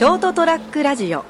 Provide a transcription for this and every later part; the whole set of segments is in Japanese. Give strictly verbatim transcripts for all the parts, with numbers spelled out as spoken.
ショートトラックラジオ。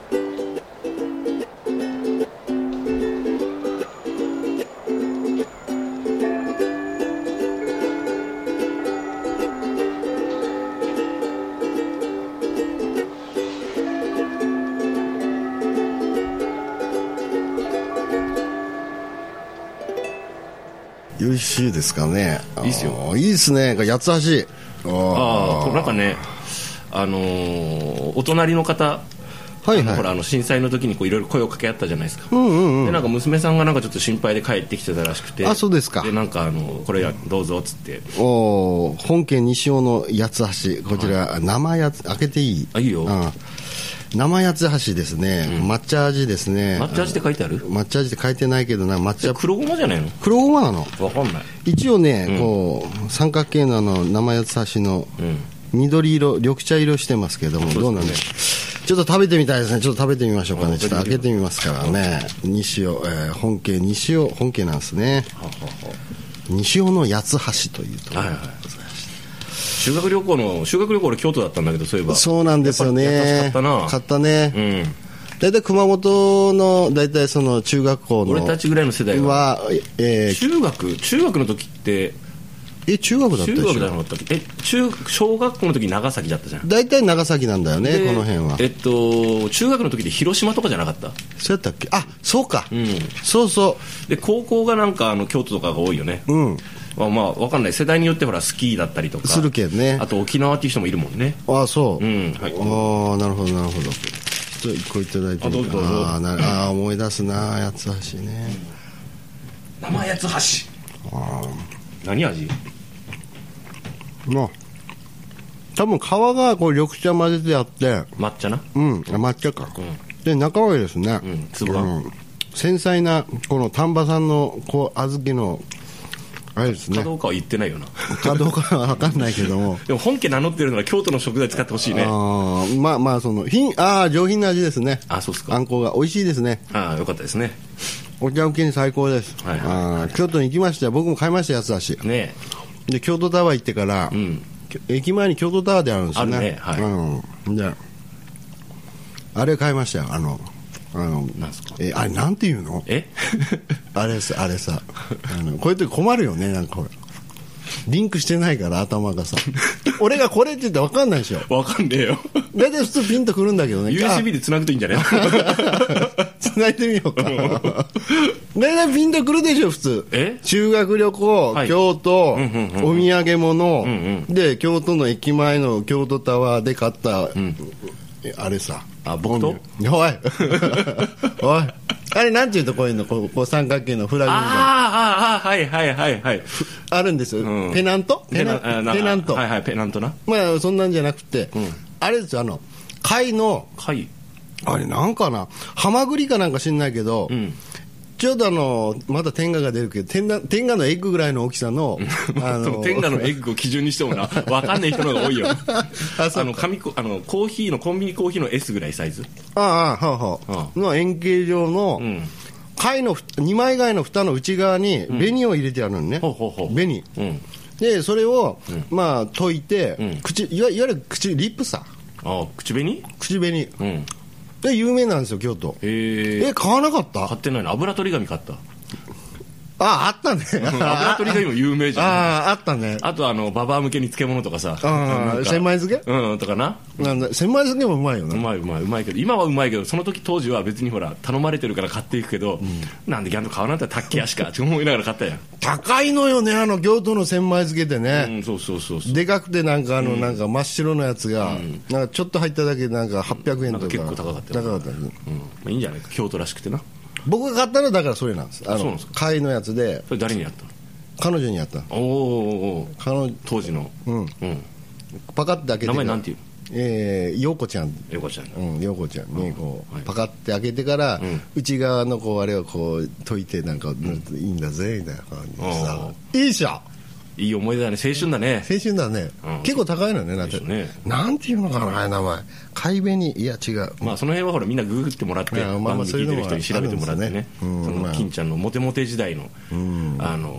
よろしいですかね。 いいっすよ。 いいですね。八つ橋。 ああ、なんかね、あのー、お隣の方、はいはい、あのほらあの震災の時にこういろいろ声を掛け合ったじゃないですか、うんうんうん、でなんか娘さんがなんかちょっと心配で帰ってきてたらしくて。 あ、そうですか。 でなんかあのこれやどうぞっつって、 お本家西尾の八つ橋、こちら、はい、生やつ開けていい？ あ、いいよ。 ああ、生八つ橋ですね、うん、抹茶味ですね。 抹茶味って書いてある？ 抹茶味って書いてないけどな、抹茶黒ごまじゃないの？ 黒ごまなの。 わかんない。 一応ね、 うん、 こう三角形のあの生八つ橋の緑色、緑茶色してますけども、どうなんでしょう。ちょっと食べてみたいですね。ちょっと食べてみましょうかね。ちょっと開けてみますからね。西尾、えー、本家西尾本家なんですね。ははは西尾の八つ橋というところ、はいはい、 修学旅行の修学旅行の京都だったんだけど、そういえばそうなんですよね。 買ったな。 買ったね。うん。大体熊本の大体その中学校の俺たちぐらいの世代は、 えー、 中学中学の時ってえ中学だったでしょ。 中学だったっけ。え中小学校の時長崎だったじゃん。 大体長崎なんだよね、この辺は。 えっと中学の時で広島とかじゃなかった？ そうやったっけ。あ、そうか、うん、そうそうで高校がなんかあの京都とかが多いよね。うん。まあ、まあ、分かんない。世代によってほらスキーだったりとかするけんね。 あと沖縄っていう人もいるもんね。 ああそう、うんはい、 ああなるほどなるほど。ちょっと一個いただいてみた。ああなあ思い出すな、八つ橋ね、 うん、生八つ橋。あ何味？ まあ多分皮がこう緑茶混ぜてあって。 抹茶な。 うん抹茶か、うん、で中はいいですね、うん、粒が、うん、繊細なこの丹波産のこう小豆のあれですね。 かどうかは言ってないよな。 かどうかは分かんないけどもでも本家名乗ってるのは京都の食材使ってほしいね。 あまあまあその品あ上品な味ですね。 あそうですか。 あんこが美味しいですね。 あよかったですね。 お茶受けに最高です、はいはいはい、あ京都に行きましたよ。僕も買いました八つ橋、ね、で京都タワー行ってから、うん、駅前に京都タワーであるんですよね。 あるね、はい、 うん、であれ買いましたよ。あのあのなんすか。 えあれなんていうの？ えあれさあれさあのこういう時困るよね。なんかほらリンクしてないから頭がさ俺がこれって言って分かんないでしょ。 分かんねえよ。 大体普通ピンとくるんだけどね。 ユーエスビー で繋ぐといいんじゃない？ 繋いでみようか。大体ピンとくるでしょ普通。え修学旅行、はい、京都、うんうんうん、お土産物、うんうん、で京都の駅前の京都タワーで買った、うん、あれさあ僕とおいおいあれなんていうとこういうのこうこう三角形のフラグみたいな。 ああはいはいはいはいあるんですよ、うん、ペナントペナペナントはいはいペナントな。 まあそんなんじゃなくて、うん、あれですよあの貝の貝あれなんかなハマグリかなんか知んないけど、うん、ちょうどあのまだ天下が出るけど天下、天下のエッグぐらいの大きさのあの天下のエッグを基準にしてもな分かんない人の方が多いよ。あの紙あのコーヒーのコンビニコーヒーの S ぐらいサイズ。 ああはあはあの円形状の、うん、貝のにまい貝の蓋の内側に紅を入れてあるのね、うん、紅、うん、でそれを、うん、まあ溶いて、うん、口いわ、いわゆる口リップさあ口紅口紅、うんで有名なんですよ京都。 へえ買わなかった？ 買ってないの。油取り紙買った。 ああったね。 油取り紙も有名じゃん。 あああったね。 あとあのババア向けに漬物とかさああ千枚漬けうんとかな。 なんだ千枚漬けもうまいよね。 うまいうまいうまいけど今はうまいけどその時当時は別にほら頼まれてるから買っていくけど、うん、なんでギャンと買わなんてたっけやしかって思いながら買ったやん。 高いのよねあの京都の千枚漬けってね、 うん、そうそうそうそうでかくてなんかあの、うん、なんか真っ白のやつが、うん、なんかちょっと入っただけでなんかはっぴゃくえんとか、うん、 結構高かったよ。高かった、うんまあ、いいんじゃないか京都らしくてな。 僕が買ったのはだからそれなんです。あの貝のやつで。 それ誰にやったの？ 彼女にやった。 おーおー彼女当時のうん、うん、 パカッて開けて名前なんていう？ えー、陽子ちゃん陽子ちゃんうん陽子ちゃんにこう、はい、パカッて開けてから、うん、内側のこうあれをこう解いてなんか、うん、いいんだぜみたいな感じでさいいじゃん。 いい思い出だね。青春だね。 青春だね、うん、結構高いのね。なんてねなんていうのかな名前貝紅いや違う。 まあその辺はほらみんなググってもらって、まあまあ聞いてる人に調べてもらってね、うん、その金ちゃんのモテモテ時代の、うん、あの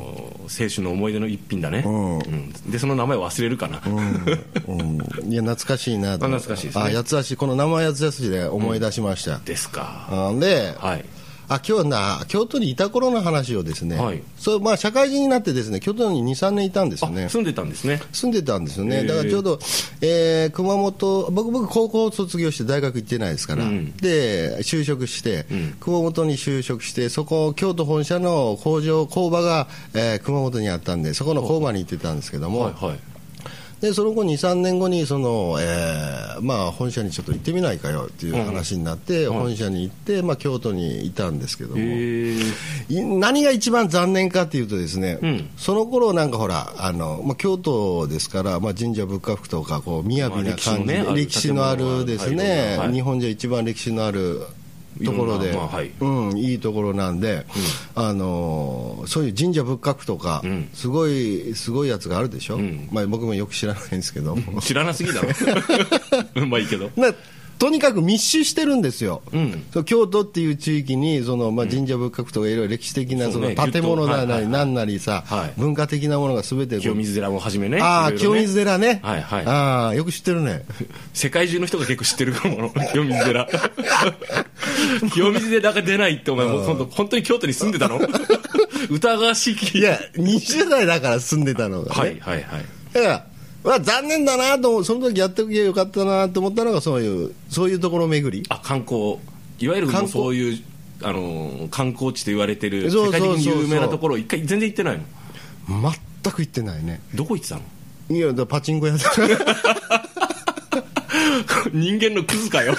青春の思い出の一品だね、うんうん、でその名前忘れるかな、 うんうん、いや懐かしいなと。 懐かしいですね。 あ、八つ橋、この名前八つ橋で思い出しました、 うん、ですか。 あで、 はい、 あ今日な京都にいた頃の話をですね、 はい、 そうまあ、社会人になってですね京都に にさんねんいたんですよね。 住んでたんですね。 住んでたんですよね。だからちょうど、えー、熊本、僕僕高校卒業して大学行ってないですから、うん、で就職して、うん、熊本に就職して、そこ京都本社の工場工場が、えー、熊本にあったんで、そこの工場に行ってたんですけども、はいはい、でその後にさんねんごにその、えーまあ、本社にちょっと行ってみないかよっていう話になって、うん、本社に行って、まあ、京都にいたんですけども、何が一番残念かというとですね、うん、その頃なんかほらあの、まあ、京都ですから、まあ、神社仏閣とかこう雅な感じで、まあ、歴史のあるですね、はい、日本じゃ一番歴史のあるところで、まあはいうん、いいところなんで、うん、あのそういう神社仏閣とか、うん、すごいすごいやつがあるでしょ、うんまあ、僕もよく知らないんですけど知らなすぎだろまあいいけどとにかく密集してるんですよ、うん、京都っていう地域にその、まあ、神社仏閣とかいろいろ歴史的なその建物なり何なりさ、はい、文化的なものが全て清水寺もはじめね。 ああ、清水寺ね、はいはい、ああよく知ってるね。 世界中の人が結構知ってるかも清水寺清水寺が出ないってお前もう本当本当に京都に住んでたの疑わしい。 いやにじゅう代だから住んでたのが、ね、 はいはいはい。 だからまあ、残念だなと、その時やっておけばよかったなと思ったのがそういうそういうところ巡り。 あ、観光、いわゆるもうそういうあの観光地と言われてる世界的に有名なところ一回全然行ってないの？ 全く行ってないね。 どこ行ってたの？ いやだパチンコ屋だ人間のクズかよ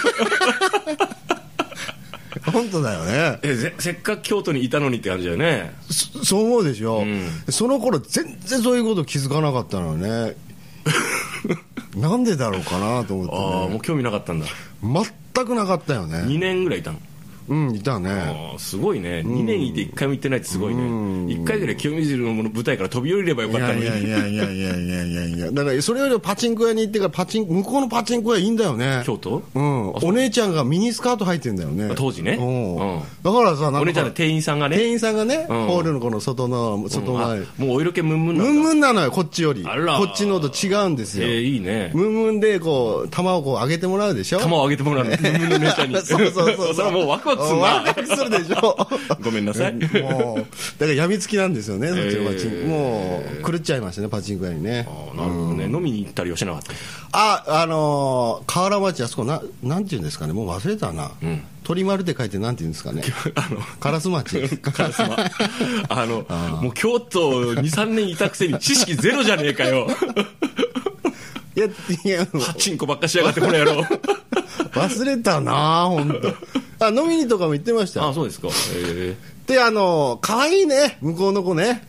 本当だよね。 えぜせっかく京都にいたのにって感じだよね。 そそう思うでしょ、うん、その頃全然そういうこと気づかなかったのよねなんでだろうかなと思って、ね、 ああもう興味なかったんだ。 全くなかったよね。 にねんぐらいいたの？ うんいたね。 あすごいね、うん、にねんいていっかいも行ってないってすごいね、うん、いっかいぐらい清水寺の舞台から飛び降りればよかったのに。 いやいやいやいやいやいやいやだからそれよりパチンコ屋に行ってからパチン向こうのパチンコ屋いいんだよね京都、 うん、お姉ちゃんがミニスカート履いてんだよね当時ね、うんうん、だからさなんかお姉ちゃんの店員さんがね店員さんがね、うん、ホールのこの外の外前、うん、 もうお色気ムンムンなんだ。 ムンムンなのよこっちより。 あらこっちのと違うんですよ。 えー、いいね。 ムンムンでこう玉をこう上げてもらうでしょ。 玉を上げてもらうムンムンの姉ちゃんにそうそうそうそれはもうワクワクするなするでしょごめんなさい。もうだからやみつきなんですよね、そっちのパチンコ、えー、もう狂っちゃいましたねパチンコ屋にね。 あなるほどね、うん、飲みに行ったりはしなかった。 ああのー、河原町あそこななんていうんですかねもう忘れたな、うん、鳥丸って書いてなんていうんですかねあの烏町烏丸あのあもう京都 にさんねんいたくせに知識ゼロじゃねえかよいやいやパチンコばっかしやがってこの野郎忘れたな本当。あ飲みにとかも行ってました。 あそうですか。えー、であの可愛いね向こうの子ね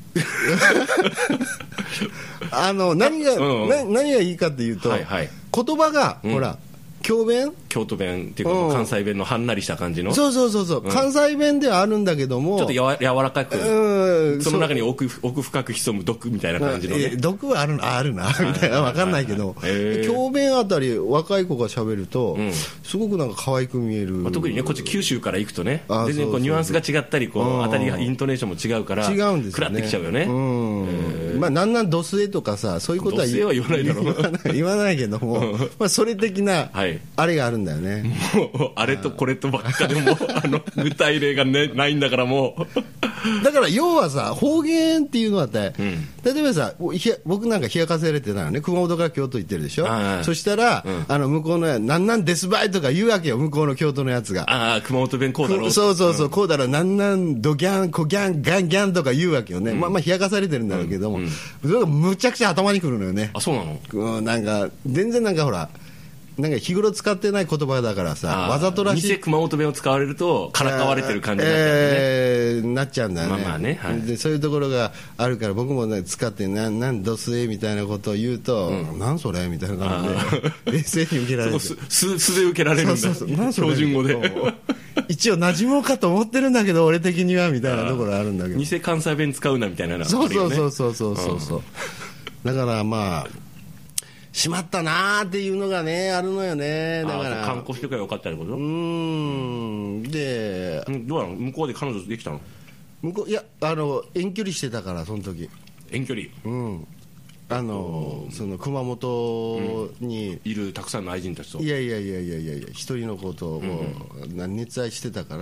あの何が、うんうん、な何がいいかっていうと、はいはい、言葉が、うん、ほら京弁京都弁っていうか、うん、関西弁のはんなりした感じの。 そうそうそうそう、うん、関西弁ではあるんだけどもちょっとやわ柔らかく、うん、その中に奥奥深く潜む毒みたいな感じの、ね、 え毒はあるあるなみたいな分かんないけど、京弁あたり若い子が喋ると、うん、すごくなんか可愛く見える、 まあ、特にねこっち九州から行くとね全然こうニュアンスが違ったりこう当たりがイントネーションも違うから違うんですよね。 食らってきちゃうよね、うんえー、まあなんなんドスエとかさそういうことは言, は言わないだろう言わない言わないけどもまあそれ的な、はい、あれがあるんだよね。 もうあれとこれとばっかでもあの具体例が、ね、ないんだからもうだから要はさ方言っていうのはって、うん、例えばさ僕なんか冷やかせられてたのね熊本から京都行ってるでしょ。そしたら、うん、あの向こうのなんなんデスバイとか言うわけよ向こうの京都のやつが。 ああ熊本弁こうだろうそうそうそう、うん、こうだろうなんなんドギャンコギャンガンギャンとか言うわけよね、うん、まあまあ冷やかされてるんだろうけども、うんうん、それがむちゃくちゃ頭にくるのよね。 あそうなの、 うん、なんか全然なんかほらなんか日頃使ってない言葉だからさわざとらしい偽熊本弁を使われるとからかわれてる感じになっちゃうんだよね、 えー、なっちゃうんだよね。 まあまあね、はい、 でそういうところがあるから僕も、ね、使ってなんなんドスエみたいなことを言うと、うん、なんそれみたいな感じで冷静に受けられる。 素で受けられるんだ。そうそうそうなんそれ標準語で一応馴染もうかと思ってるんだけど俺的にはみたいなところあるんだけど偽関西弁使うなみたいなの、ね、 そうそうそうそうそうそうそう、うん、だからまあしまったなーっていうのがねあるのよね。だから観光してからよかったってこと。うーんでどうなの向こうで彼女できたの。 向こういやあの遠距離してたからその時。 遠距離。 うんあのその熊本に、うん、 いるたくさんの愛人たちと。 いやいやいやいやいやいや一人の子ともう熱愛してたから、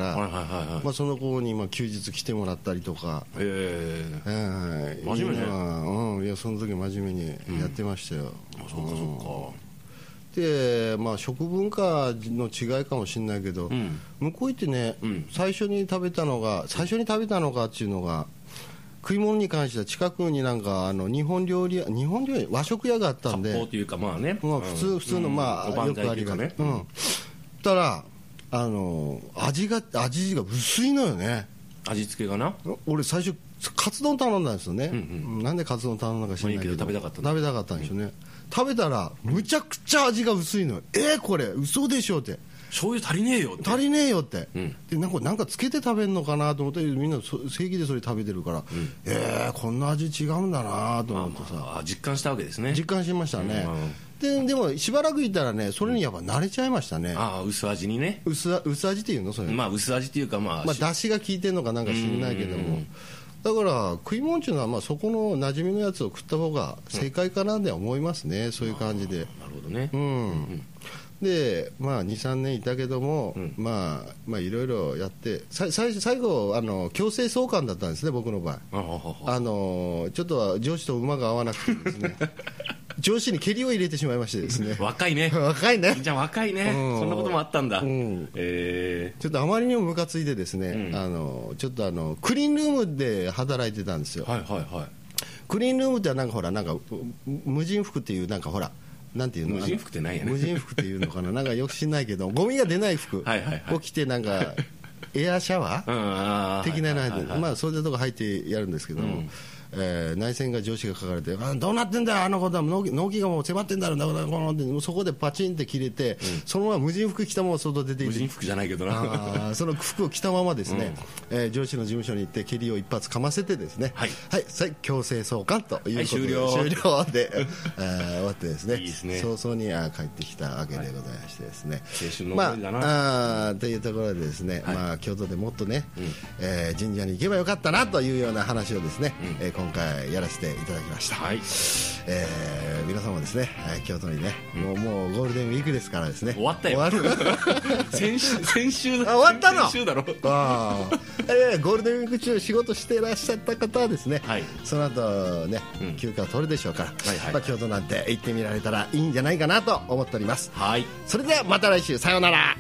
その子にまあ休日来てもらったりとか。へえー、真面目ね。うん、いやその時真面目にやってましたよ。 うん、あそうかそうか。 でまあ、食文化の違いかもしれないけど、うん、向こう行ってね、うん、最初に食べたのが最初に食べたのがっていうのが食い物に関しては近くになんかあの日本料理屋日本料理和食屋があったんで、 割烹というかまあね、 まあ、普通、うん、普通のまあ、うん、よくありがね、うん、たらあの味が味が薄いのよね。 味付けがな。 俺最初カツ丼頼んだんですよね、うんうん、なんでカツ丼頼んだか知らないけど、 食べたかった食べたかったんでしょうね、うん、食べたらむちゃくちゃ味が薄いのよ。えー、これ嘘でしょって醤油足りねえよって足りねえよって、うん、でなんかなんかつけて食べるのかなと思ってみんな正規でそれ食べてるから、うん、えー、こんな味違うんだなと思ってさ、 まあまあ、実感したわけですね。 実感しましたね、うん、で, でもしばらくいたらねそれにやっぱ慣れちゃいましたね、うん、 ああ薄味にね。 薄, 薄味っていうのそれ、 まあ薄味っていうかまあ、 まあ、出汁が効いてるのかなんか知んないけども、だから食い物っていうのはまあそこの馴染みのやつを食った方が正解かなって思いますね、うん、そういう感じで。 なるほどね、 うんうんでまあ、にさんねんいたけども、うん、まあまあいろいろやって最最後あの強制送還だったんですね僕の場合。あのちょっと上司と馬が合わなくてですね上司に蹴りを入れてしまいましてですね若いね若いねじゃあ若いね、うん、そんなこともあったんだ、うんえー、ちょっとあまりにもムカついてですね、うん、あのちょっとあのクリーンルームで働いてたんですよ。 はいはいはい。 クリーンルームってなんかほらなんか無人服っていうなんかほらなんていうの無人服ってないやね無人服っていうのかななんかよく知んないけどゴミが出ない服を着てなんかエアシャワー的なので、まあそういうとこ入ってやるんですけども、うんえー、内線が上司が書かれてあどうなってんだよあの子だ納期がもう迫ってんだろだからこのそこでパチンって切れて、うん、そのまま無人服着たまま外出ていて無人服じゃないけどなあその服を着たままですね、うんえー、上司の事務所に行って蹴りを一発かませてですねはい、はい、強制送還ということで、はい、終了終了で、えー、終わってですねいいですね早々にあ帰ってきたわけでございましてですね、 はい、青春の思いだな、 まあ、あというところでですね、はいまあ、京都でもっとね、うんえー、神社に行けばよかったなというような話をですね、うんえー、今回やらせていただきました、はいえー、皆さんもですね京都にね、うん、もう、もうゴールデンウィークですからですね終わったよ終わる先週先週だ終わったの先週だろあ、えー、ゴールデンウィーク中仕事していらっしゃった方はですね、はい、その後ね、うん、休暇を取るでしょうから、はいはいまあ、京都なんて行ってみられたらいいんじゃないかなと思っております、はい、それではまた来週さようなら。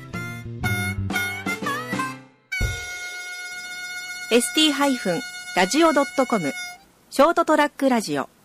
エスティー ラジオ ドットコム ショートトラックラジオ